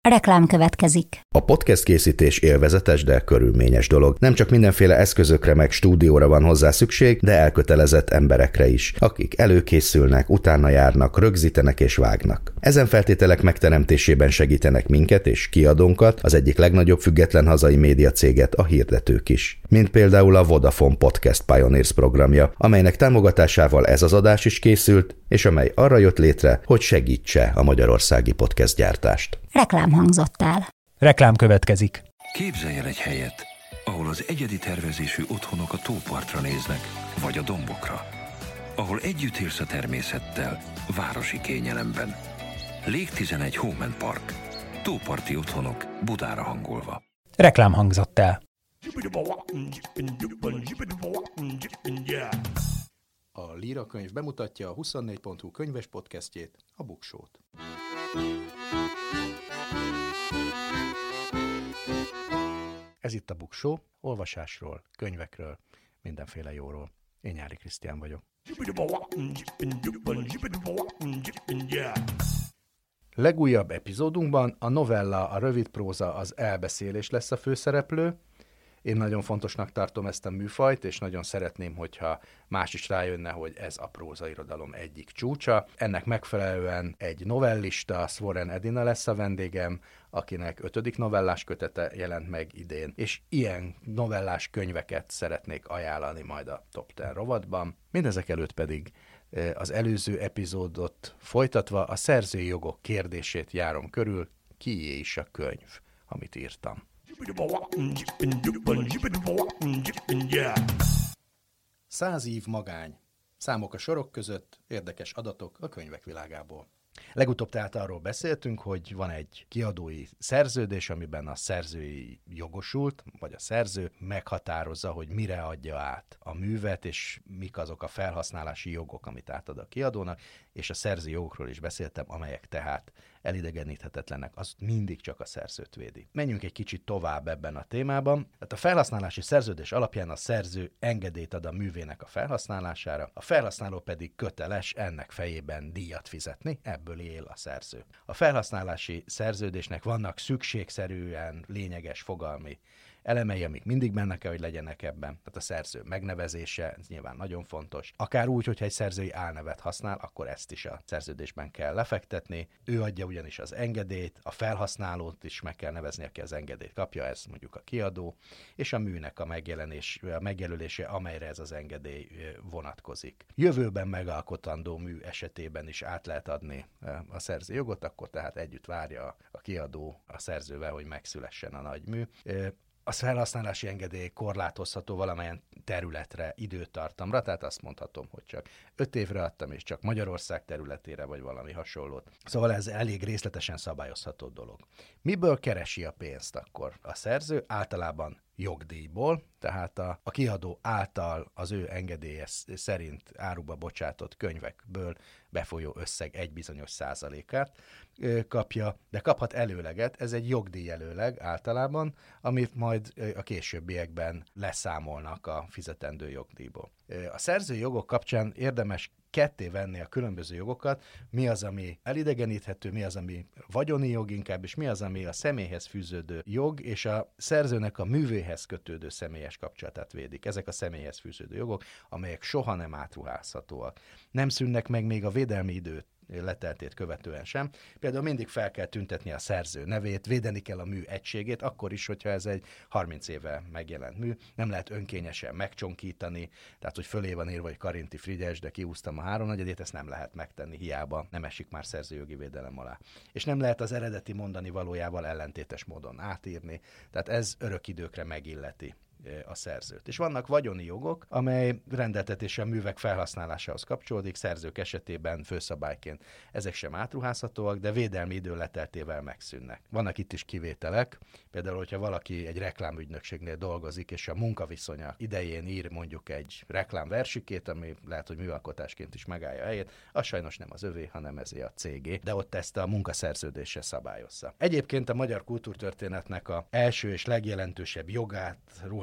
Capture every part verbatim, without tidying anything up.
Reklám következik. A podcast készítés élvezetes, de körülményes dolog. Nem csak mindenféle eszközökre meg stúdióra van hozzá szükség, de elkötelezett emberekre is, akik előkészülnek, utána járnak, rögzítenek és vágnak. Ezen feltételek megteremtésében segítenek minket és kiadónkat, az egyik legnagyobb független hazai médiacéget, a hirdetők is. Mint például a Vodafone Podcast Pioneers programja, amelynek támogatásával ez az adás is készült, és amely arra jött létre, hogy segítse a magyarországi podcast gyártást. Reklám hangzott el. Reklám következik. Képzelj el egy helyet, ahol az egyedi tervezésű otthonok a tópartra néznek, vagy a dombokra. Ahol együtt élsz a természettel, városi kényelemben. Lég tizenegy Home and Park. Tóparti otthonok, Budára hangolva. Reklám hangzott el. A Líra könyv bemutatja a huszonnégy pont hu könyves podcastjét, a Buksót. Ez itt a Buksó, olvasásról, könyvekről, mindenféle jóról. Én Nyári Krisztián vagyok. Legújabb epizódunkban a novella, a rövid próza, az elbeszélés lesz a főszereplő. Én nagyon fontosnak tartom ezt a műfajt, és nagyon szeretném, hogyha más is rájönne, hogy ez a prózairodalom egyik csúcsa. Ennek megfelelően egy novellista, Warren Edina lesz a vendégem, akinek ötödik novellás kötete jelent meg idén, és ilyen novellás könyveket szeretnék ajánlani majd a Top tíz rovatban. Mindezek előtt pedig az előző epizódot folytatva a szerzői jogok kérdését járom körül, kié is a könyv, amit írtam. Száz év magány. Számok a sorok között, érdekes adatok a könyvek világából. Legutóbb tehát arról beszéltünk, hogy van egy kiadói szerződés, amiben a szerzői jogosult, vagy a szerző meghatározza, hogy mire adja át a művet, és mik azok a felhasználási jogok, amit átad a kiadónak, és a szerzői jogokról is beszéltem, amelyek tehát elidegeníthetetlenek, az mindig csak a szerzőt védi. Menjünk egy kicsit tovább ebben a témában. Tehát a felhasználási szerződés alapján a szerző engedélyt ad a művének a felhasználására, a felhasználó pedig köteles ennek fejében díjat fizetni, ebből él a szerző. A felhasználási szerződésnek vannak szükségszerűen lényeges fogalmi elemei, amik mindig benne kell, hogy legyenek ebben. Tehát a szerző megnevezése, ez nyilván nagyon fontos. Akár úgy, hogyha egy szerzői álnevet használ, akkor ezt is a szerződésben kell lefektetni. Ő adja ugyanis az engedélyt, a felhasználót is meg kell nevezni, aki az engedélyt kapja, ez mondjuk a kiadó, és a műnek a megjelenés, a megjelölése, amelyre ez az engedély vonatkozik. Jövőben megalkotandó mű esetében is át lehet adni a szerző jogot, akkor tehát együtt várja a kiadó a szerzővel, hogy megszülessen a nagy mű. A felhasználási engedély korlátozható valamilyen területre, időtartamra, tehát azt mondhatom, hogy csak öt évre adtam, és csak Magyarország területére, vagy valami hasonlót. Szóval ez elég részletesen szabályozható dolog. Miből keresi a pénzt akkor a szerző? Általában jogdíjból, tehát a, a kiadó által az ő engedélye szerint áruba bocsátott könyvekből befolyó összeg egy bizonyos százalékát ö, kapja, de kaphat előleget, ez egy jogdíj előleg általában, amit majd ö, a későbbiekben leszámolnak a fizetendő jogdíjból. Ö, a szerzői jogok kapcsán érdemes ketté venni a különböző jogokat, mi az, ami elidegeníthető, mi az, ami vagyoni jog inkább, és mi az, ami a személyhez fűződő jog, és a szerzőnek a művéhez kötődő személyes kapcsolatát védik. Ezek a személyhez fűződő jogok, amelyek soha nem átruházhatóak. Nem szűnnek meg még a védelmi időt leteltét követően sem. Például mindig fel kell tüntetni a szerző nevét, védeni kell a mű egységét, akkor is, hogyha ez egy harminc éve megjelent mű. Nem lehet önkényesen megcsonkítani, tehát hogy fölé van írva, hogy Karinti Frigyes, de kiúztam a háromnegyedét, ezt nem lehet megtenni, hiába nem esik már szerzőjogi védelem alá. És nem lehet az eredeti mondani valójával ellentétes módon átírni, tehát ez örök időkre megilleti a szerzőt. És vannak vagyoni jogok, amely rendeltetése a művek felhasználásához kapcsolódik, szerzők esetében főszabályként ezek sem átruházhatóak, de védelmi idő leteltével megszűnnek. Vannak itt is kivételek, például, hogyha valaki egy reklámügynökségnél dolgozik, és a munkaviszonya idején ír mondjuk egy reklámversikét, ami lehet, hogy műalkotásként is megállja a helyét, az sajnos nem az övé, hanem ezé a cégé, de ott ezt a munkaszerződése szabályozza. Egyébként a magyar kultúrtörténetnek a első és legjelentősebb jogát ruházza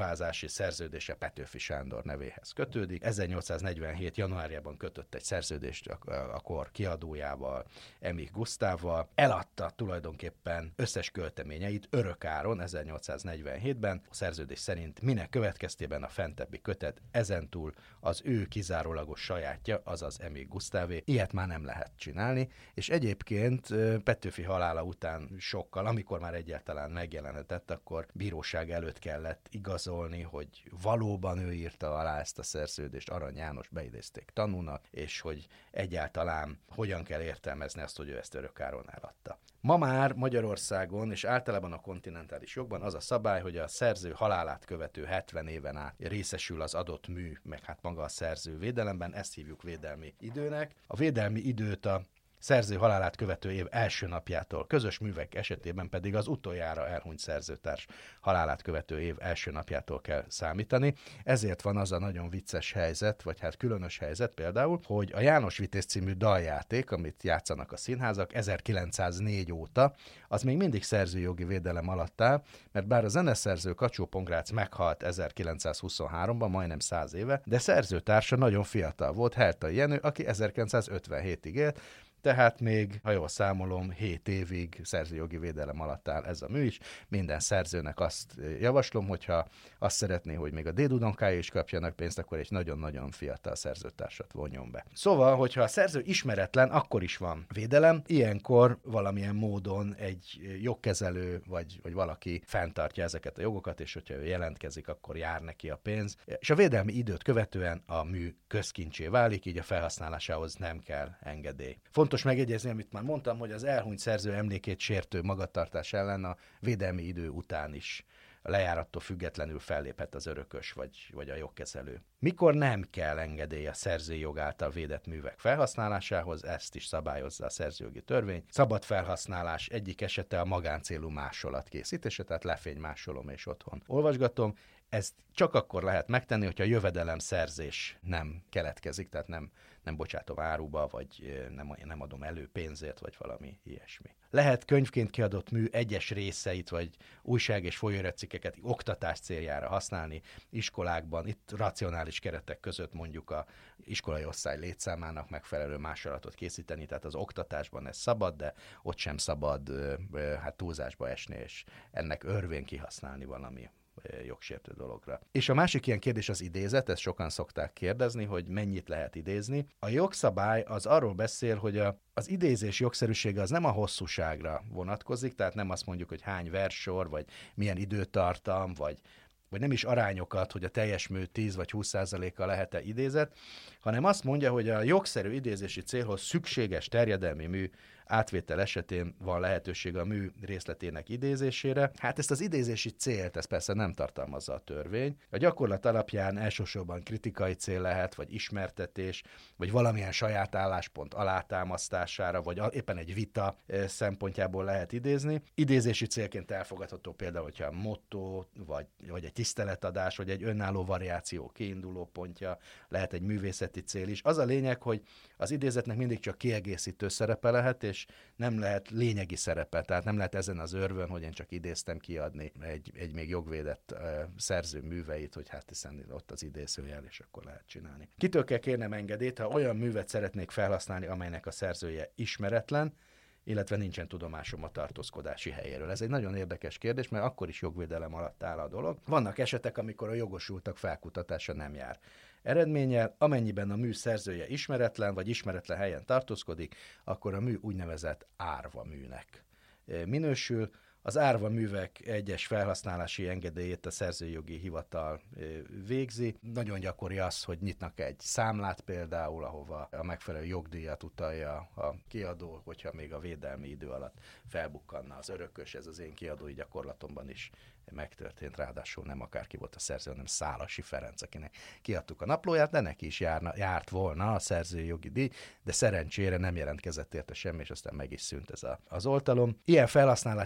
beruházási szerződése Petőfi Sándor nevéhez kötődik. ezernyolcszáznegyvenhét. januárjában kötött egy szerződést akkor kiadójával, Emich Gusztávval. Eladta tulajdonképpen összes költeményeit örökáron ezernyolcszáznegyvenhétben. A szerződés szerint minek következtében a fentebbi kötet ezentúl az ő kizárólagos sajátja, azaz Emich Gusztávé. Ilyet már nem lehet csinálni, és egyébként Petőfi halála után sokkal, amikor már egyáltalán megjelenhetett, akkor bíróság előtt kellett igazolni, hogy valóban ő írta alá ezt a szerződést, Arany János beidézték tanúnak, és hogy egyáltalán hogyan kell értelmezni azt, hogy ő ezt örökáron eladta. Ma már Magyarországon és általában a kontinentális jogban az a szabály, hogy a szerző halálát követő hetven éven át részesül az adott mű, meg hát maga a szerző védelemben, ezt hívjuk védelmi időnek. A védelmi időt a szerző halálát követő év első napjától, közös művek esetében pedig az utoljára elhunyt szerzőtárs halálát követő év első napjától kell számítani. Ezért van az a nagyon vicces helyzet, vagy hát különös helyzet például, hogy a János Vitéz című daljáték, amit játszanak a színházak ezerkilencszáznégy óta, az még mindig szerzőjogi védelem alatt áll, mert bár a zeneszerző Kacsó-Pongrác meghalt ezerkilencszázhuszonháromban, majdnem száz éve, de szerzőtársa nagyon fiatal volt, Heltai Jenő, aki ezerkilencszázötvenhétig élt, tehát még, ha jól számolom, hét évig szerzőjogi védelem alatt áll ez a mű is. Minden szerzőnek azt javaslom, hogyha azt szeretné, hogy még a dédudonkája is kapjanak pénzt, akkor egy nagyon-nagyon fiatal szerzőtársat vonjon be. Szóval, hogyha a szerző ismeretlen, akkor is van védelem. Ilyenkor valamilyen módon egy jogkezelő, vagy, vagy valaki fenntartja ezeket a jogokat, és hogyha ő jelentkezik, akkor jár neki a pénz. És a védelmi időt követően a mű közkincsé válik, így a felhasználásához nem kell engedély. Fontos megjegyezni, amit már mondtam, hogy az elhunyt szerző emlékét sértő magatartás ellen a védelmi idő után is a lejárattól függetlenül felléphet az örökös vagy, vagy a jogkezelő. Mikor nem kell engedély a szerzői jog által védett művek felhasználásához, ezt is szabályozza a szerzőjogi törvény. Szabad felhasználás egyik esete a magáncélú másolat készítése, tehát lefénymásolom és otthon olvasgatom. Ezt csak akkor lehet megtenni, hogyha a jövedelem szerzés nem keletkezik, tehát nem, nem bocsátom áruba, vagy nem, nem adom elő pénzért, vagy valami ilyesmi. Lehet könyvként kiadott mű egyes részeit, vagy újság- és folyóiratcikkeket oktatás céljára használni iskolákban, itt racionális keretek között mondjuk a iskolai osztály létszámának megfelelő másolatot készíteni, tehát az oktatásban ez szabad, de ott sem szabad hát túlzásba esni, és ennek örvén kihasználni valami jogsértő dologra. És a másik ilyen kérdés az idézet, ezt sokan szokták kérdezni, hogy mennyit lehet idézni. A jogszabály az arról beszél, hogy a, az idézés jogszerűsége az nem a hosszúságra vonatkozik, tehát nem azt mondjuk, hogy hány verssor, vagy milyen időtartam, vagy vagy nem is arányokat, hogy a teljes mű tíz vagy húsz százaléka lehet-e idézet, hanem azt mondja, hogy a jogszerű idézési célhoz szükséges terjedelmi mű átvétel esetén van lehetőség a mű részletének idézésére. Hát ezt az idézési célt, ez persze nem tartalmazza a törvény. A gyakorlat alapján elsősorban kritikai cél lehet, vagy ismertetés, vagy valamilyen saját álláspont alátámasztására, vagy éppen egy vita szempontjából lehet idézni. Idézési célként elfogadható például, hogyha motto, vagy, vagy egy tiszteletadás, vagy egy önálló variáció kiinduló pontja, lehet egy művészeti cél is. Az a lényeg, hogy az idézetnek mindig csak kiegészítő szerepe lehet, és nem lehet lényegi szerepe, tehát nem lehet ezen az örvön, hogy én csak idéztem kiadni egy, egy még jogvédett uh, szerző műveit, hogy hát hiszen ott az idézőjel, és akkor lehet csinálni. Kitől kell kérnem engedélyt, ha olyan művet szeretnék felhasználni, amelynek a szerzője ismeretlen, illetve nincsen tudomásom a tartózkodási helyéről. Ez egy nagyon érdekes kérdés, mert akkor is jogvédelem alatt áll a dolog. Vannak esetek, amikor a jogosultak felkutatása nem jár eredménnyel, amennyiben a mű szerzője ismeretlen, vagy ismeretlen helyen tartózkodik, akkor a mű úgynevezett árva műnek minősül. Az árva művek egyes felhasználási engedélyét a szerzőjogi hivatal végzi. Nagyon gyakori az, hogy nyitnak egy számlát például, ahova a megfelelő jogdíjat utalja a kiadó, hogyha még a védelmi idő alatt felbukkanna az örökös. Ez az én kiadói gyakorlatomban is megtörtént, ráadásul nem akárki volt a szerző, hanem Szálasi Ferenc, akinek kiadtuk a naplóját, de neki is járna, járt volna a szerzői jogi díj, de szerencsére nem jelentkezett érte semmi, és aztán meg is szűnt ez a, az oltalom. Ilyen felhasználási engedély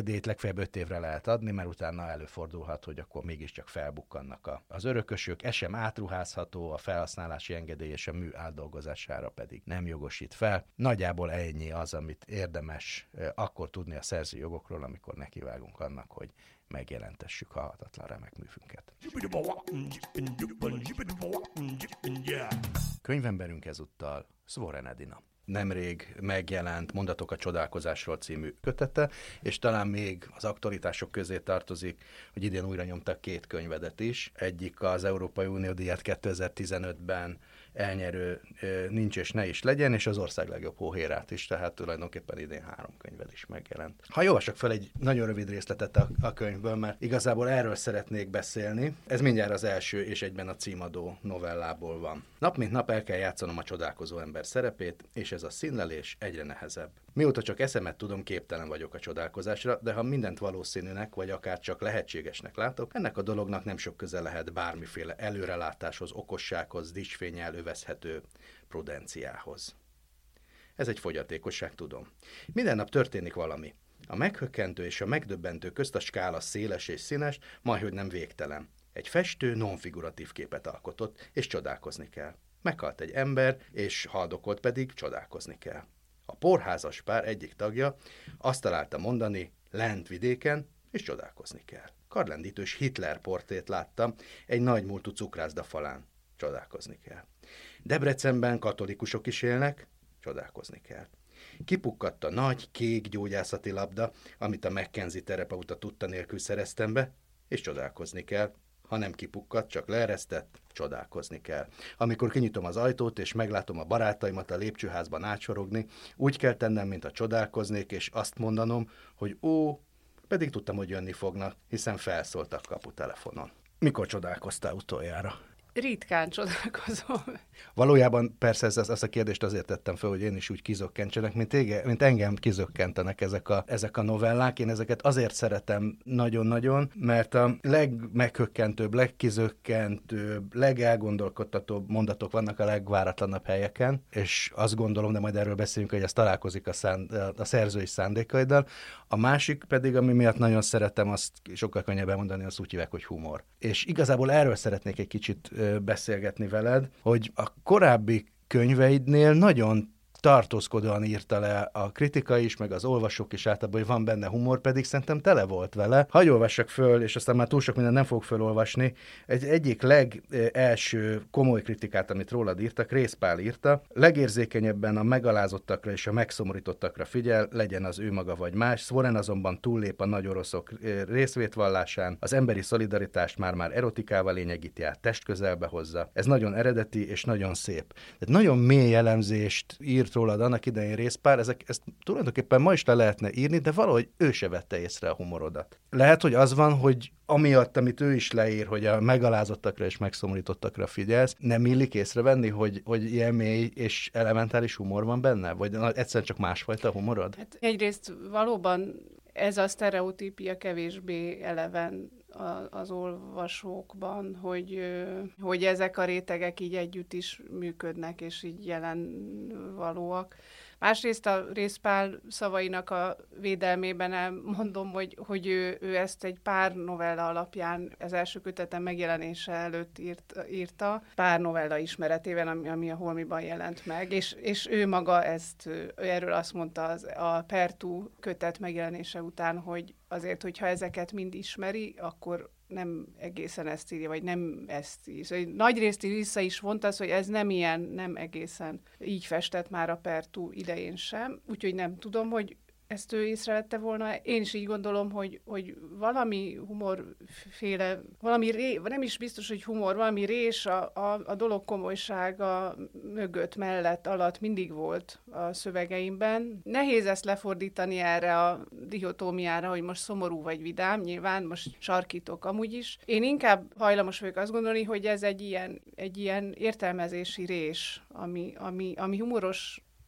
engedélyt legfeljebb öt évre lehet adni, mert utána előfordulhat, hogy akkor mégiscsak felbukkannak a, az örökösök. Ez sem átruházható, a felhasználási engedély és a mű átdolgozására pedig nem jogosít fel. Nagyjából ennyi az, amit érdemes akkor tudni a szerzői jogokról, amikor nekivágunk annak, hogy megjelentessük a halhatatlan remek művünket. Könyvemberünk ezúttal Svoren Edina. Nemrég megjelent Mondatok a csodálkozásról című kötete, és talán még az aktualitások közé tartozik, hogy idén újra nyomtak két könyvedet is. Egyik az Európai Unió díját kétezer-tizenötben elnyerő Nincs és ne is legyen, és az ország legjobb hóhérát is, tehát tulajdonképpen idén három könyved is megjelent. Ha olvasok fel egy nagyon rövid részletet a, a könyvből, mert igazából erről szeretnék beszélni. Ez mindjárt az első és egyben a címadó novellából van. Nap mint nap el kell játszanom a csodálkozó ember szerepét, és ez a színlelés egyre nehezebb. Mióta csak eszemet tudom, képtelen vagyok a csodálkozásra, de ha mindent valószínűnek, vagy akár csak lehetségesnek látok, ennek a dolognak nem sok köze lehet bármiféle előrelátáshoz, okossághoz, dicsfénnyel övezhető prudenciához. Ez egy fogyatékosság, tudom. Minden nap történik valami. A meghökkentő és a megdöbbentő közt a skála széles és színes, majdhogy nem végtelen. Egy festő nonfiguratív képet alkotott, és csodálkozni kell. Meghalt egy ember, és haldokolt, pedig csodálkozni kell. A porházas pár egyik tagja azt találta mondani, lent vidéken, és csodálkozni kell. Karlendítős Hitler portrét láttam egy nagy múltú cukrászda falán. Csodálkozni kell. Debrecenben katolikusok is élnek, csodálkozni kell. Kipukkadt a nagy, kék gyógyászati labda, amit a Mackenzie terapeuta tudta nélkül szereztem be, és csodálkozni kell. Ha nem kipukkadt, csak leeresztett, csodálkozni kell. Amikor kinyitom az ajtót, és meglátom a barátaimat a lépcsőházban átsorogni, úgy kell tennem, mint a csodálkoznék, és azt mondanom, hogy ó, pedig tudtam, hogy jönni fognak, hiszen felszóltak kaputelefonon. Mikor csodálkoztál utoljára? Ritkán csodálkozom. Valójában persze ezt, ezt a kérdést azért tettem fel, hogy én is úgy kizökkentsenek, mint, ége, mint engem kizökkentenek ezek a, ezek a novellák. Én ezeket azért szeretem nagyon-nagyon, mert a legmeghökkentőbb, legkizökkentőbb, legelgondolkodtatóbb mondatok vannak a legváratlanabb helyeken, és azt gondolom, de majd erről beszélünk, hogy ez találkozik a, szánd, a szerzői szándékaiddal. A másik pedig, ami miatt nagyon szeretem, azt sokkal könnyebb elmondani, azt úgy hívják, hogy humor. És igazából erről szeretnék egy kicsit beszélgetni veled, hogy a korábbi könyveidnél nagyon tartózkodóan írta le a kritika is, meg az olvasók is általában, hogy van benne humor, pedig szerintem tele volt vele. Hagy olvassak föl, és aztán már túl sok mindent nem fogok fölolvasni. Egy egyik legelső komoly kritikát, amit rólad írtak, Rész Pál írta. Legérzékenyebben a megalázottakra és a megszomorítottakra figyel, legyen az ő maga vagy más. Svoren azonban túllép a nagy oroszok részvétvallásán, az emberi szolidaritást már-már erotikával lényegíti át, testközelbe hozza. Ez nagyon eredeti és nagyon szép. Tehát nagyon mély elemzést írt rólad annak idején Rész Pál, ezek, ezt tulajdonképpen ma is le lehetne írni, de valahogy ő se vette észre a humorodat. Lehet, hogy az van, hogy amiatt, amit ő is leír, hogy a megalázottakra és megszomorítottakra figyelsz, nem illik észrevenni, hogy, hogy ilyen mély és elementáris humor van benne? Vagy egyszerűen csak másfajta humorod? Hát egyrészt valóban ez a sztereotípia kevésbé eleven az olvasókban, hogy, hogy ezek a rétegek így együtt is működnek, és így jelen valóak. Másrészt a Rész Pál szavainak a védelmében elmondom, hogy, hogy ő, ő ezt egy pár novella alapján az első kötete megjelenése előtt írt, írta, pár novella ismeretében, ami, ami a Holmiban jelent meg, és, és ő maga ezt, ő erről azt mondta az, a Pertú kötet megjelenése után, hogy azért, hogyha ezeket mind ismeri, akkor nem egészen ezt írja, vagy nem ezt írja. Szóval nagyrészt vissza is vont az, hogy ez nem ilyen, nem egészen így festett már a Pertú idején sem. Úgyhogy nem tudom, hogy ezt ő észrevette volna. Én is így gondolom, hogy, hogy valami humorféle, valami ré, nem is biztos, hogy humor, valami rés a, a, a dolog komolysága mögött, mellett, alatt mindig volt a szövegeimben. Nehéz ezt lefordítani erre a dihotómiára, hogy most szomorú vagy vidám, nyilván most sarkítok amúgy is. Én inkább hajlamos vagyok azt gondolni, hogy ez egy ilyen, egy ilyen értelmezési rés, ami, ami, ami humoros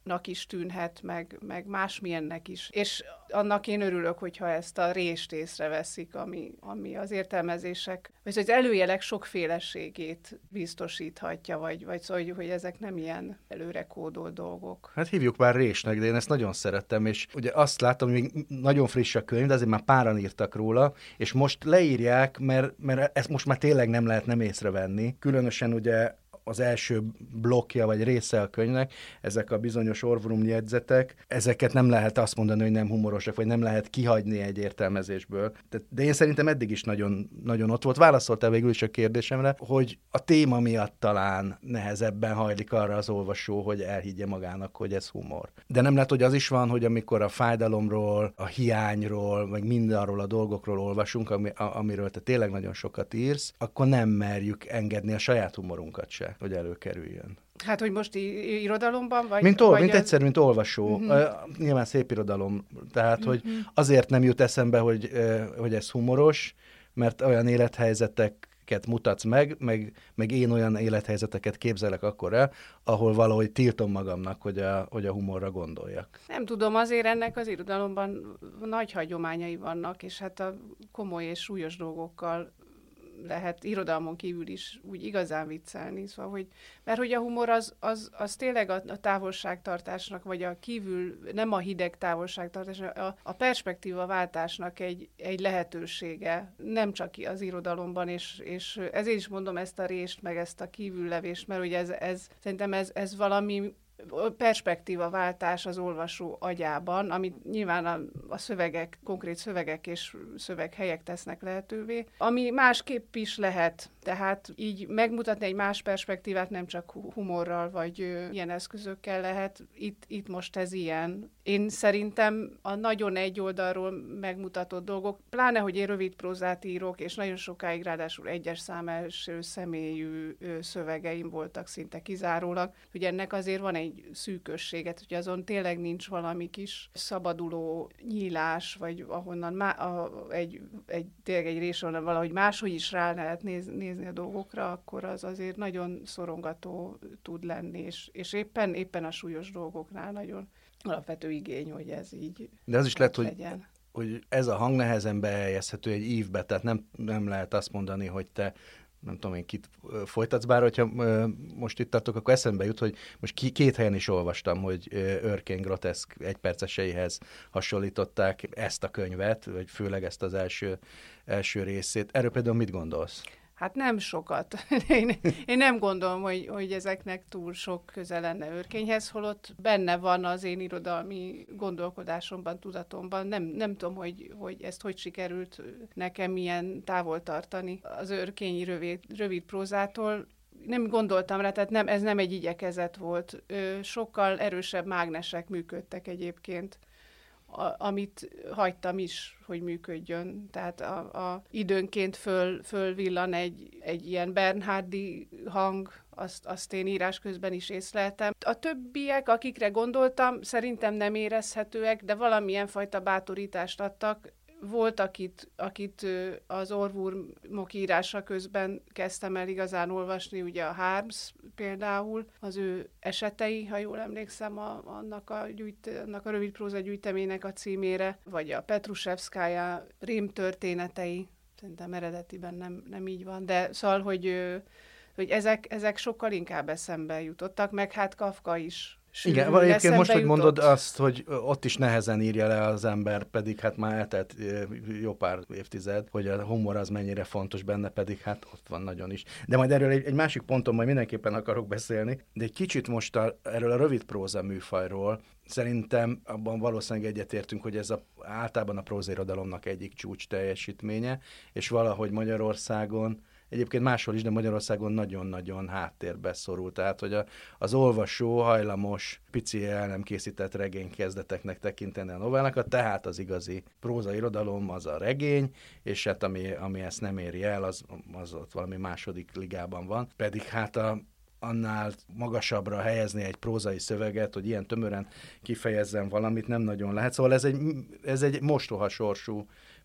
humorosnak is tűnhet, meg, meg másmilyennek is. És annak én örülök, hogyha ezt a rést észreveszik, ami, ami az értelmezések, vagy az előjelek sokféleségét biztosíthatja, vagy, vagy szóval, hogy, hogy ezek nem ilyen előre kódolt dolgok. Hát hívjuk már résnek, de én ezt nagyon szerettem, és ugye azt látom, hogy még nagyon friss a könyv, de azért már páran írtak róla, és most leírják, mert, mert ezt most már tényleg nem lehet nem észrevenni. Különösen ugye az első blokkja vagy része a könyvnek, ezek a bizonyos orvrum jegyzetek, ezeket nem lehet azt mondani, hogy nem humorosak, vagy nem lehet kihagyni egy értelmezésből. De, de én szerintem eddig is nagyon, nagyon ott volt. Válaszoltál végül is a kérdésemre, hogy a téma miatt talán nehezebben hajlik arra az olvasó, hogy elhiggye magának, hogy ez humor. De nem lehet, hogy az is van, hogy amikor a fájdalomról, a hiányról, meg mindarról a dolgokról olvasunk, ami, a, amiről te tényleg nagyon sokat írsz, akkor nem merjük engedni a saját humorunkat se, hogy előkerüljön. Hát, hogy most í- irodalomban vagy? Mint, ol- vagy mint az... egyszer, mint olvasó. Uh-huh. Uh, nyilván szép irodalom. Tehát, uh-huh. hogy azért nem jut eszembe, hogy, uh, hogy ez humoros, mert olyan élethelyzeteket mutatsz meg, meg, meg én olyan élethelyzeteket képzelek akkor el, ahol valahogy tiltom magamnak, hogy a, hogy a humorra gondoljak. Nem tudom, azért ennek az irodalomban nagy hagyományai vannak, és hát a komoly és súlyos dolgokkal lehet irodalmon kívül is úgy igazán viccelni, szóval, hogy, mert hogy a humor az, az, az tényleg a, a távolságtartásnak, vagy a kívül, nem a hideg távolságtartásnak, a, a perspektívaváltásnak egy, egy lehetősége, nem csak az irodalomban, és, és ezért is mondom ezt a rést, meg ezt a kívüllevést, mert ugye ez, ez, szerintem ez, ez valami perspektívaváltás az olvasó agyában, amit nyilván a, a szövegek, konkrét szövegek és szöveghelyek tesznek lehetővé, ami másképp is lehet. Tehát így megmutatni egy más perspektívát nem csak humorral vagy ö, ilyen eszközökkel lehet. Itt, itt most ez ilyen. Én szerintem a nagyon egy oldalról megmutatott dolgok, pláne, hogy én rövid prózát írok, és nagyon sokáig ráadásul egyes szám első személyű ö, szövegeim voltak szinte kizárólag, hogy ennek azért van egy szűkösséget, hogy azon tényleg nincs valami kis szabaduló nyílás, vagy ahonnan má, a, egy, egy, tényleg egy rés, onnan valahogy máshogy is rá lehet néz, nézni a dolgokra, akkor az azért nagyon szorongató tud lenni, és, és éppen, éppen a súlyos dolgoknál nagyon alapvető igény, hogy ez így De az is lehet, hogy, legyen. hogy ez a hang nehezen beeljeszthető egy ívbe, tehát nem, nem lehet azt mondani, hogy te nem tudom én, kit folytatsz, bár hogyha most itt tartok, akkor eszembe jut, hogy most ki, két helyen is olvastam, hogy Örkény groteszk egyperceseihez hasonlították ezt a könyvet, vagy főleg ezt az első, első részét. Erről például mit gondolsz? Hát nem sokat. Én, én nem gondolom, hogy, hogy ezeknek túl sok köze lenne Örkényhez, holott benne van az én irodalmi gondolkodásomban, tudatomban. Nem, nem tudom, hogy, hogy ezt hogy sikerült nekem ilyen távol tartani az örkényi rövid, rövid prózától. Nem gondoltam rá, tehát nem, ez nem egy igyekezet volt. Sokkal erősebb mágnesek működtek egyébként, A, amit hagytam is, hogy működjön. Tehát a, a időnként föl, fölvillan egy, egy ilyen Bernhardi hang, azt, azt én írás közben is észleltem. A többiek, akikre gondoltam, szerintem nem érezhetőek, de valamilyen fajta bátorítást adtak. Volt, akit, akit az orvurmok írása közben kezdtem el igazán olvasni, ugye a Harms például, az ő esetei, ha jól emlékszem, a, annak, a gyűjt, annak a rövid próza gyűjteménynek a címére, vagy a Petrushevszkája Rém történetei, szerintem eredetiben nem, nem így van, de szóval, hogy, hogy ezek, ezek sokkal inkább eszembe jutottak, meg hát Kafka is. Igen, van egyébként most, hogy mondod azt, hogy ott is nehezen írja le az ember, pedig hát már eltelt jó pár évtized, hogy a humor az mennyire fontos benne, pedig hát ott van nagyon is. De majd erről egy, egy másik ponton majd mindenképpen akarok beszélni, de egy kicsit most a, erről a rövid próza műfajról, szerintem abban valószínűleg egyetértünk, hogy ez a, általában a prózairodalomnak egyik csúcs teljesítménye, és valahogy Magyarországon, egyébként máshol is, de Magyarországon nagyon-nagyon háttérbe szorult. Tehát, hogy a, az olvasó hajlamos, pici el nem készített regénykezdeteknek tekinteni a novellákat, tehát az igazi prózairodalom az a regény, és hát ami, ami ezt nem éri el, az, az ott valami második ligában van. Pedig hát a annál magasabbra helyezni egy prózai szöveget, hogy ilyen tömören kifejezzen valamit, nem nagyon lehet. Szóval ez egy, ez egy mostoha sorsú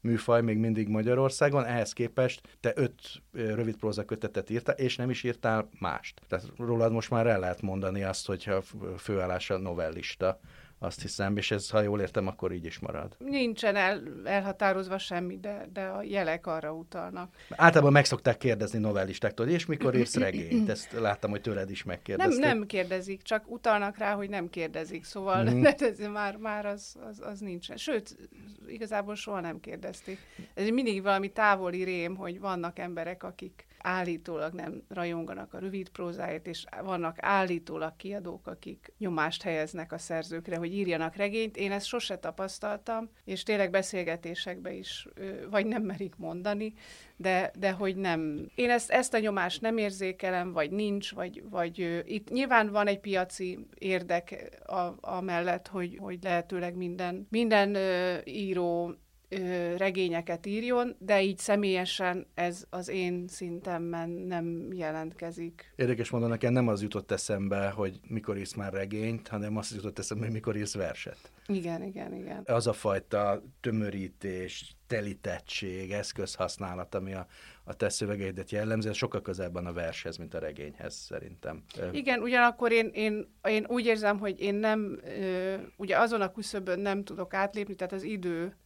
műfaj még mindig Magyarországon, ehhez képest te öt rövidpróza kötetet írtál, és nem is írtál mást. Tehát rólad most már el lehet mondani azt, hogyha főállása novellista, azt hiszem, és ez, ha jól értem, akkor így is marad. Nincsen el, elhatározva semmi, de, de a jelek arra utalnak. Általában meg szokták kérdezni novellistáktól, és mikor írsz regényt? Ezt láttam, hogy tőled is megkérdezték. Nem, nem kérdezik, csak utalnak rá, hogy nem kérdezik, szóval mm. ez már, már az, az, az nincsen. Sőt, igazából soha nem kérdezték. Ez mindig valami távoli rém, hogy vannak emberek, akik állítólag nem rajonganak a rövid prózáért, és vannak állítólag kiadók, akik nyomást helyeznek a szerzőkre, hogy írjanak regényt. Én ezt sose tapasztaltam, és tényleg beszélgetésekbe is vagy nem merik mondani, de, de hogy nem. Én ezt, ezt a nyomást nem érzékelem, vagy nincs, vagy, vagy itt nyilván van egy piaci érdek a, amellett, hogy, hogy lehetőleg minden, minden ö, író regényeket írjon, de így személyesen ez az én szintemben nem jelentkezik. Érdekes mondom, nekem nem az jutott eszembe, hogy mikor írsz már regényt, hanem az jutott eszembe, hogy mikor írsz verset. Igen, igen, igen. Az a fajta tömörítés, telítettség, eszközhasználat, ami a, a te szövegeidet jellemzi, ez sokkal közelben a vershez, mint a regényhez szerintem. Igen, ugyanakkor én, én, én úgy érzem, hogy én nem, ugye azon a küszöbön nem tudok átlépni, tehát az idő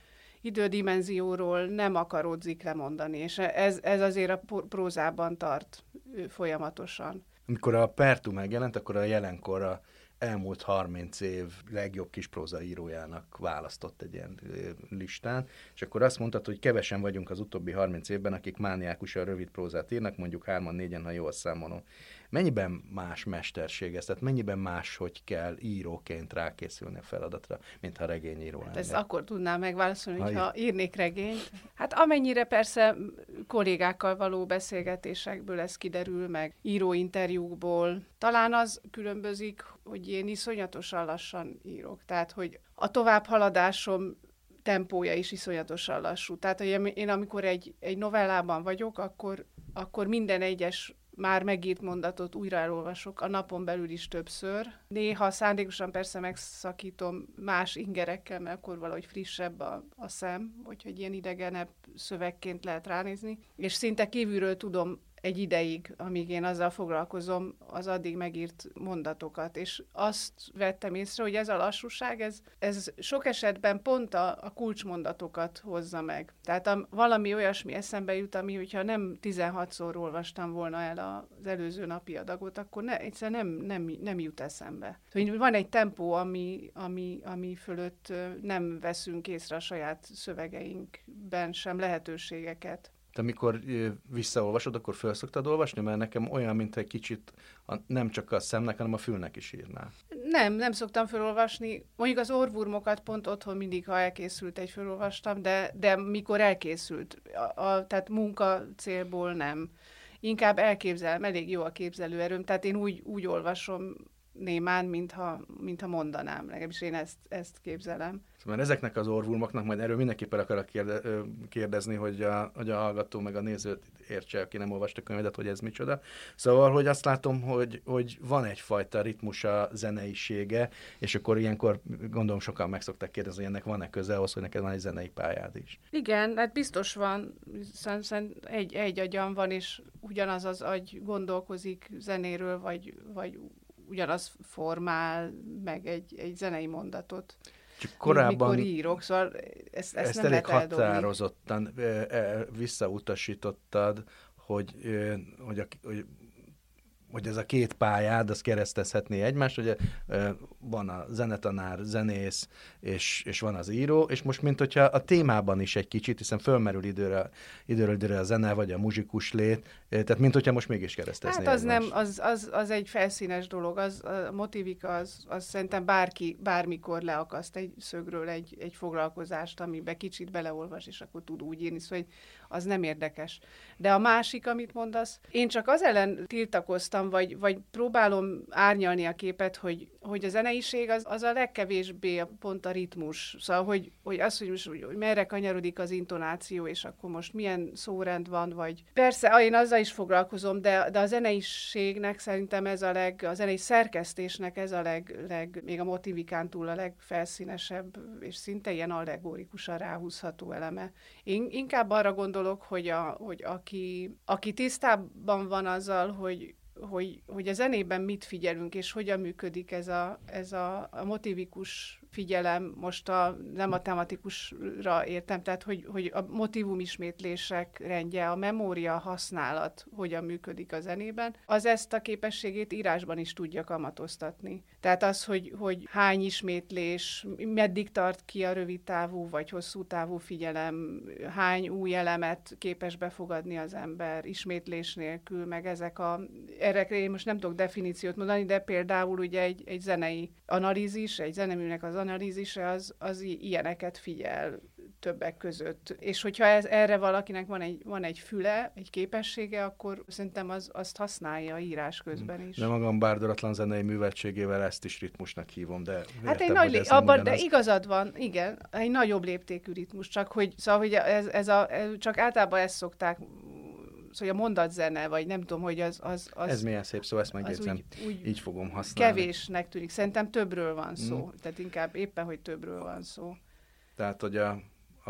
idődimenzióról nem akaródzik lemondani, és ez, ez azért a prózában tart folyamatosan. Amikor a Pertú megjelent, akkor a jelenkorra elmúlt harminc év legjobb kispróza írójának választott egy ilyen listán, és akkor azt mondtad, hogy kevesen vagyunk az utóbbi harminc évben, akik mániákusan rövid prózát írnak, mondjuk hárman, négyen, ha jól számolom. Mennyiben más mesterség ez? Tehát mennyiben más, hogy kell íróként rákészülni a feladatra, mint ha regényíró lenne? Ezt akkor tudnám megválaszolni, ha hogyha írnék regényt. Hát amennyire persze kollégákkal való beszélgetésekből ez kiderül, meg íróinterjúkból. Talán az különbözik, hogy én iszonyatosan lassan írok. Tehát, hogy a továbbhaladásom tempója is iszonyatosan lassú. Tehát, hogy én amikor egy, egy novellában vagyok, akkor, akkor minden egyes már megírt mondatot újra elolvasok, a napon belül is többször. Néha szándékosan persze megszakítom más ingerekkel, mert akkor valahogy frissebb a, a szem, vagy hogy ilyen idegenebb szövegként lehet ránézni. És szinte kívülről tudom egy ideig, amíg én azzal foglalkozom, az addig megírt mondatokat. És azt vettem észre, hogy ez a lassúság, ez, ez sok esetben pont a, a kulcsmondatokat hozza meg. Tehát a, valami olyasmi eszembe jut, ami, hogyha nem tizenhatszor olvastam volna el az előző napi adagot, akkor ne, egyszerűen nem, nem, nem jut eszembe. Szóval van egy tempó, ami, ami, ami fölött nem veszünk észre a saját szövegeinkben sem lehetőségeket. Te amikor visszaolvasod, akkor föl szoktad olvasni? Mert nekem olyan, mint egy kicsit a, nem csak a szemnek, hanem a fülnek is írnál. Nem, nem szoktam felolvasni. Mondjuk az orrvurmokat pont otthon mindig, ha elkészült, egy felolvastam, de, de mikor elkészült, a, a, tehát munka célból nem. Inkább elképzelem, elég jó a képzelőerőm, tehát én úgy, úgy olvasom némán, mintha, mintha mondanám, legalábbis én ezt, ezt képzelem. Mert ezeknek az orvulmoknak majd erről mindenképpen akarok kérde, kérdezni, hogy a, hogy a hallgató meg a néző értse, aki nem olvasta könyvedet, hogy ez micsoda. Szóval, hogy azt látom, hogy, hogy van egyfajta ritmusa, zeneisége, és akkor ilyenkor gondolom sokan meg szokták kérdezni, hogy ennek van-e köze ahhoz, hogy neked van egy zenei pályád is. Igen, hát biztos van, hiszen egy, egy agyam van, és ugyanaz az agy gondolkozik zenéről, vagy, vagy ugyanaz formál meg egy, egy zenei mondatot. Csak korábban mikor írok, szóval ezt, ezt, ezt nem elég lehet eldobni. Határozottan e, e, visszautasítottad, hogy, e, hogy, a, hogy, hogy ez a két pályád, az keresztezhetné egymást, ugye e, van a zenetanár, zenész, és, és van az író, és most mint hogyha a témában is egy kicsit, hiszen fölmerül időre, időről időre a zene, vagy a muzsikus lét, e, tehát mint hogyha most mégis keresztezné Hát az egymást. nem, az, az, az egy felszínes dolog, az, a motivika, az, az szerintem bárki, bármikor leakaszt egy szögről egy, egy foglalkozást, amiben kicsit beleolvas, és akkor tud úgy írni, szóval az nem érdekes. De a másik, amit mondasz, én csak az ellen tiltakoztam van, vagy, vagy próbálom árnyalni a képet, hogy, hogy a zeneiség az, az a legkevésbé pont a ritmus. Szóval, hogy, hogy az, hogy, most, hogy merre kanyarodik az intonáció, és akkor most milyen szórend van, vagy... Persze, én azzal is foglalkozom, de, de a zeneiségnek szerintem ez a leg, a zenei szerkesztésnek ez a leg, leg még a motivikán túl a legfelszínesebb, és szinte ilyen allegórikusan ráhúzható eleme. Én inkább arra gondolok, hogy, a, hogy aki, aki tisztában van azzal, hogy, hogy, hogy a zenében mit figyelünk, és hogyan működik ez a, ez a, a motivikus figyelem, most a, nem a tematikusra értem, tehát hogy, hogy a motivum ismétlések rendje, a memória használat hogyan működik a zenében, az ezt a képességét írásban is tudja kamatoztatni. Tehát az, hogy, hogy hány ismétlés, meddig tart ki a rövid távú vagy hosszú távú figyelem, hány új elemet képes befogadni az ember ismétlés nélkül, meg ezek a... Erre én most nem tudok definíciót mondani, de például ugye egy, egy zenei analízis, egy zeneműnek az analízise az, az ilyeneket figyel többek között. És hogyha ez, erre valakinek van egy, van egy füle, egy képessége, akkor szerintem az, azt használja írás közben is. De magam bárdolatlan zenei műveltségével ezt is ritmusnak hívom, de hát értem, egy nagy, abban, de ugyanaz. igazad van, igen, egy nagyobb léptékű ritmus, csak hogy, szóval, hogy ez, ez a, ez, csak általában ezt szokták, szóval a mondatzene, vagy nem tudom, hogy az... az, az ez milyen szép szó, ezt megjegyzem. Úgy, úgy így fogom használni. Kevésnek tűnik. Szerintem többről van szó. Mm. Tehát inkább éppen, hogy többről van szó. Tehát, hogy a, a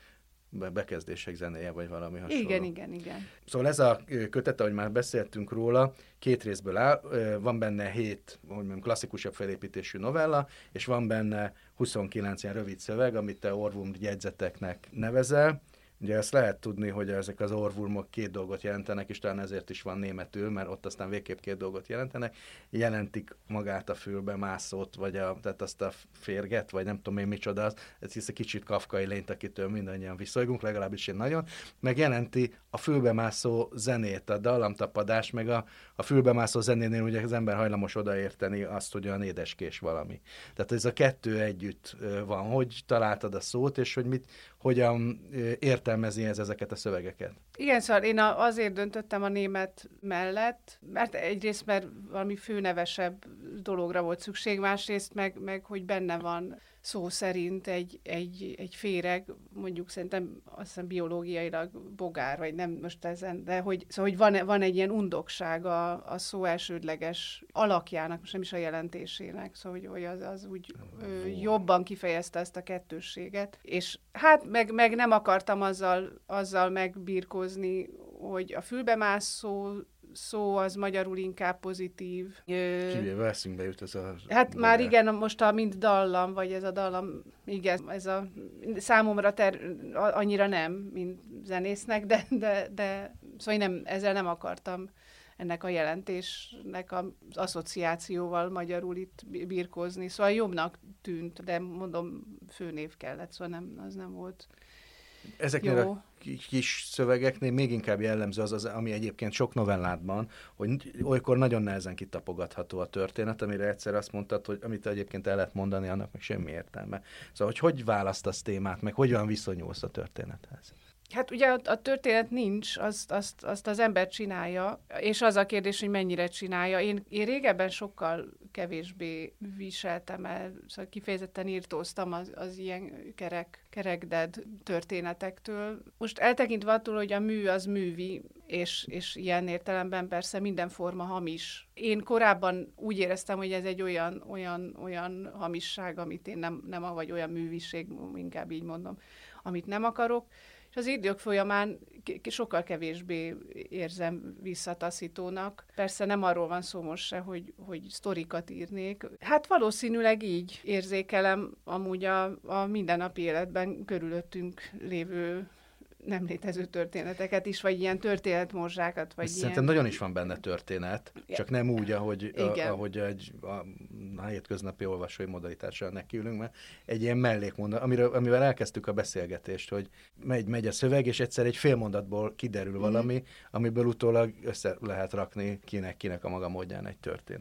bekezdések zenéje, vagy valami hasonló. Igen, igen, igen. Szóval ez a kötet, ahogy már beszéltünk róla, két részből áll, van benne hét, hogy mondjam, klasszikusabb felépítésű novella, és van benne huszonkilenc ilyen rövid szöveg, amit te Ohrwurm jegyzeteknek nevezel. Ugye ezt lehet tudni, hogy ezek az Ohrwurmok két dolgot jelentenek, és talán ezért is van németül, mert ott aztán végképp két dolgot jelentenek. Jelentik magát a fülbe mászót, vagy a, tehát azt a férget, vagy nem tudom én micsoda az, ez hisz egy kicsit kafkai lényt, akitől mindannyian viszolygunk, legalábbis én nagyon, meg jelenti a fülbemászó zenét, a dallamtapadás, meg a, a fülbemászó zenénél ugye az ember hajlamos odaérteni azt, hogy olyan édeskés valami. Tehát ez a kettő együtt van. Hogy találtad a szót, és hogy mit, hogyan értelmezi ez ezeket a szövegeket? Igen, szóval én azért döntöttem a német mellett, mert egyrészt, mert valami főnevesebb dologra volt szükség, másrészt meg, meg hogy benne van szó szerint egy, egy, egy féreg, mondjuk szerintem azt hiszem biológiailag bogár, vagy nem most ezen, de hogy, szóval, hogy van, van egy ilyen undokság a, a szó elsődleges alakjának, most nem is a jelentésének, szóval hogy, hogy az, az úgy ö, jobban kifejezte ezt a kettősséget. És hát meg, meg nem akartam azzal, azzal megbirkózni, hogy a fülbemászó szó az magyarul inkább pozitív. Kivéve eszünkbe jut ez a... Hát bogár. Már igen, most a mind dallam, vagy ez a dallam, igen, ez a számomra ter, annyira nem, mint zenésznek, de, de, de szóval én nem, ezzel nem akartam ennek a jelentésnek az asszociációval magyarul itt birkózni. Szóval jobbnak tűnt, de mondom, főnév kellett, szóval nem, az nem volt ezeknél jó. A kis szövegeknél még inkább jellemző az, az, ami egyébként sok novelládban, hogy olykor nagyon nehezen kitapogatható a történet, amire egyszer azt mondtad, hogy amit egyébként el lehet mondani, annak meg semmi értelme. Szóval, hogy hogy választasz témát, meg hogyan viszonyulsz a történethez? Hát ugye a, a történet nincs, azt, azt, azt az ember csinálja, és az a kérdés, hogy mennyire csinálja. Én, én régebben sokkal kevésbé viseltem el, szóval kifejezetten írtóztam az, az ilyen kerek, kerekded történetektől. Most eltekintve attól, hogy a mű az művi, és, és ilyen értelemben persze minden forma hamis. Én korábban úgy éreztem, hogy ez egy olyan, olyan, olyan hamisság, amit én nem, nem, vagy olyan műviség, inkább így mondom, amit nem akarok. És az idők folyamán sokkal kevésbé érzem visszataszítónak. Persze nem arról van szó most se, hogy, hogy sztorikat írnék. Hát valószínűleg így érzékelem amúgy a, a mindennapi életben körülöttünk lévő nem létező történeteket is, vagy ilyen történetmorzsákat, vagy ilyen... Szerintem nagyon is van benne történet, csak nem úgy, ahogy, a, ahogy egy, a, a hétköznapi olvasói modalitással nekiülünk, mert egy ilyen mellékmondat, amiről, amivel elkezdtük a beszélgetést, hogy megy, megy a szöveg, és egyszer egy fél mondatból kiderül valami, mm. amiből utólag össze lehet rakni kinek-kinek a maga módján egy történetet.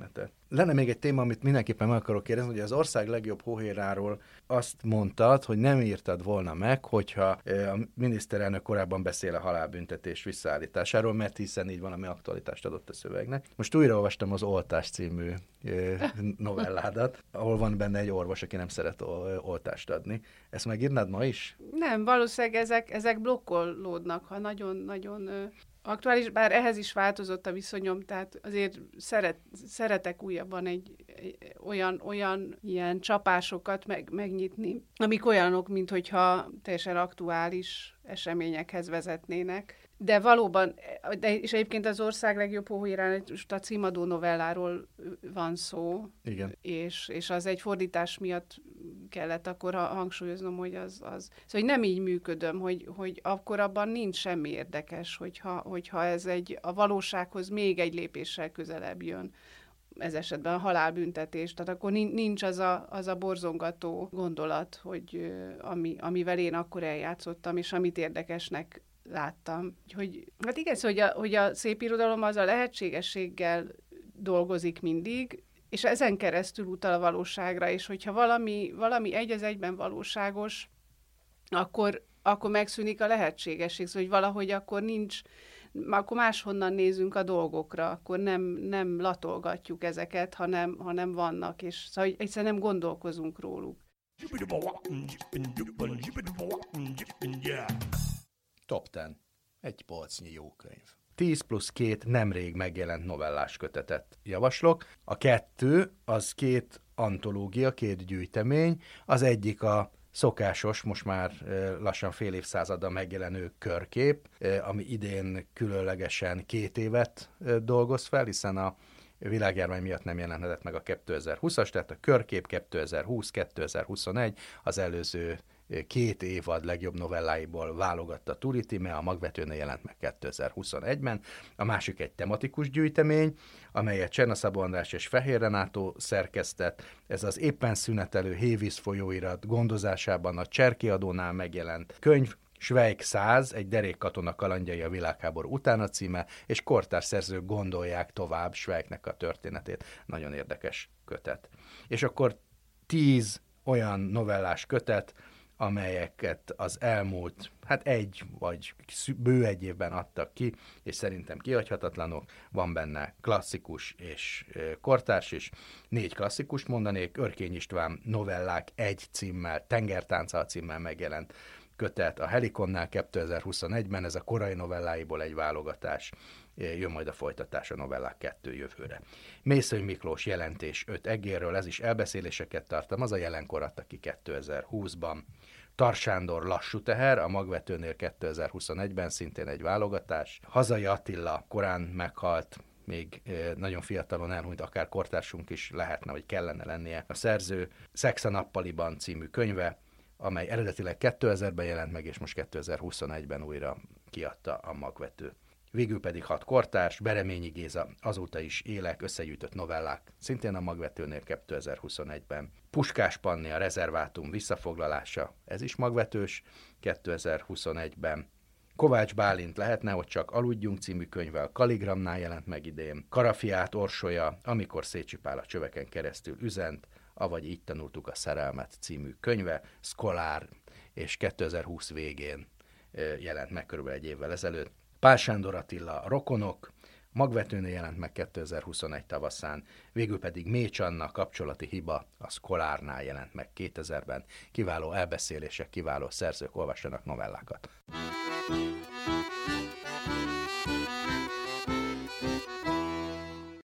Lenne még egy téma, amit mindenképpen meg akarok kérdezni, hogy az ország legjobb hóhéráról azt mondtad, hogy nem írtad volna meg, hogyha a miniszterelnök korábban beszél a halálbüntetés visszaállításáról, mert hiszen így valami aktualitást adott a szövegnek. Most újraolvastam az Oltás című novelládat, ahol van benne egy orvos, aki nem szeret oltást adni. Ezt megírnád ma is? Nem, valószínűleg ezek, ezek blokkolódnak, ha nagyon-nagyon aktuális, bár ehhez is változott a viszonyom, tehát azért szeret, szeretek újabban egy, egy olyan, olyan ilyen csapásokat meg, megnyitni, amik olyanok, mint hogyha teljesen aktuális eseményekhez vezetnének. De valóban, de, és egyébként az ország legjobb hóhérán most a címadó novelláról van szó, igen. És, és az egy fordítás miatt kellett akkor hangsúlyoznom, hogy az, az... Szóval, hogy nem így működöm, hogy, hogy akkor abban nincs semmi érdekes, hogyha, hogyha ez egy, a valósághoz még egy lépéssel közelebb jön, ez esetben a halálbüntetés, tehát akkor nincs az a, az a borzongató gondolat, hogy ami, amivel én akkor eljátszottam, és amit érdekesnek láttam. Hogy, hát igen, szóval, hogy a, hogy a szép irodalom az a lehetségességgel dolgozik mindig, és ezen keresztül utal a valóságra, és hogyha valami, valami egy az egyben valóságos, akkor, akkor megszűnik a lehetségesség, szóval, hogy valahogy akkor nincs, akkor máshonnan nézünk a dolgokra, akkor nem, nem latolgatjuk ezeket, hanem, hanem vannak, és szóval egyszerűen nem gondolkozunk róluk. Top tíz. Egy polcnyi jó könyv. tíz plusz két nemrég megjelent novellás kötetet javaslok. A kettő az két antológia, két gyűjtemény. Az egyik a szokásos, most már lassan fél évszázaddal megjelenő Körkép, ami idén különlegesen két évet dolgoz fel, hiszen a világjárvány miatt nem jelenhetett meg a kétezer-húszas, tehát a Körkép kétezer-húsz kétezer-huszonegy az előző két évad legjobb novelláiból válogatta Turi Tíme, a Magvetőnél jelent meg kétezer-huszonegyben. A másik egy tematikus gyűjtemény, amelyet Cserna Szabó András és Fehér Renátó szerkesztett. Ez az éppen szünetelő Hévíz folyóirat gondozásában a Cserkiadónál megjelent könyv, Schweik száz, egy derékkatona kalandjai a világháború utána címe, és kortárs szerzők gondolják tovább Schweiknek a történetét. Nagyon érdekes kötet. És akkor tíz olyan novellás kötet, amelyeket az elmúlt, hát egy vagy bő egy évben adtak ki, és szerintem kihagyhatatlanok. Van benne klasszikus és kortárs is. Négy klasszikus mondanék, Örkény István novellák egy címmel, Tengertánca címmel megjelent kötet a Helikonnál kétezer-huszonegyben, ez a korai novelláiból egy válogatás, jön majd a folytatás a novellák kettő jövőre. Mészöly Miklós jelentés öt egérről, ez is elbeszéléseket tartalmaz, a jelenkor adta ki kétezer-húszban. Tar Sándor Lassú teher, a Magvetőnél kétezer-huszonegyben, szintén egy válogatás. Hazai Attila korán meghalt, még nagyon fiatalon elhunyt, akár kortársunk is lehetne, vagy kellene lennie. A szerző Szex a nappaliban című könyve, amely eredetileg kétezerben jelent meg, és most kétezer-huszonegyben újra kiadta a Magvető. Végül pedig hat kortárs, Bereményi Géza, Azóta is élek, összegyűjtött novellák, szintén a Magvetőnél kétezer-huszonegyben. Puskás Panni, a Rezervátum visszafoglalása, ez is magvetős, kétezer-huszonegyben. Kovács Bálint Lehetne, hogy csak aludjunk című könyve a Kaligramnál jelent meg idén. Karafiát Orsolya, Amikor Szécsi Pál a csöveken keresztül üzent, avagy Így tanultuk a szerelmet című könyve, Szkolár, és kétezer-húsz végén jelent meg körülbelül egy évvel ezelőtt. Pál Sándor Attila, Rokonok, Magvetőnél jelent meg kétezer-huszonegy tavaszán, végül pedig Mécs Anna, Kapcsolati hiba, a Szkolárnál jelent meg kétezerben. Kiváló elbeszélések, kiváló szerzők, olvassanak novellákat.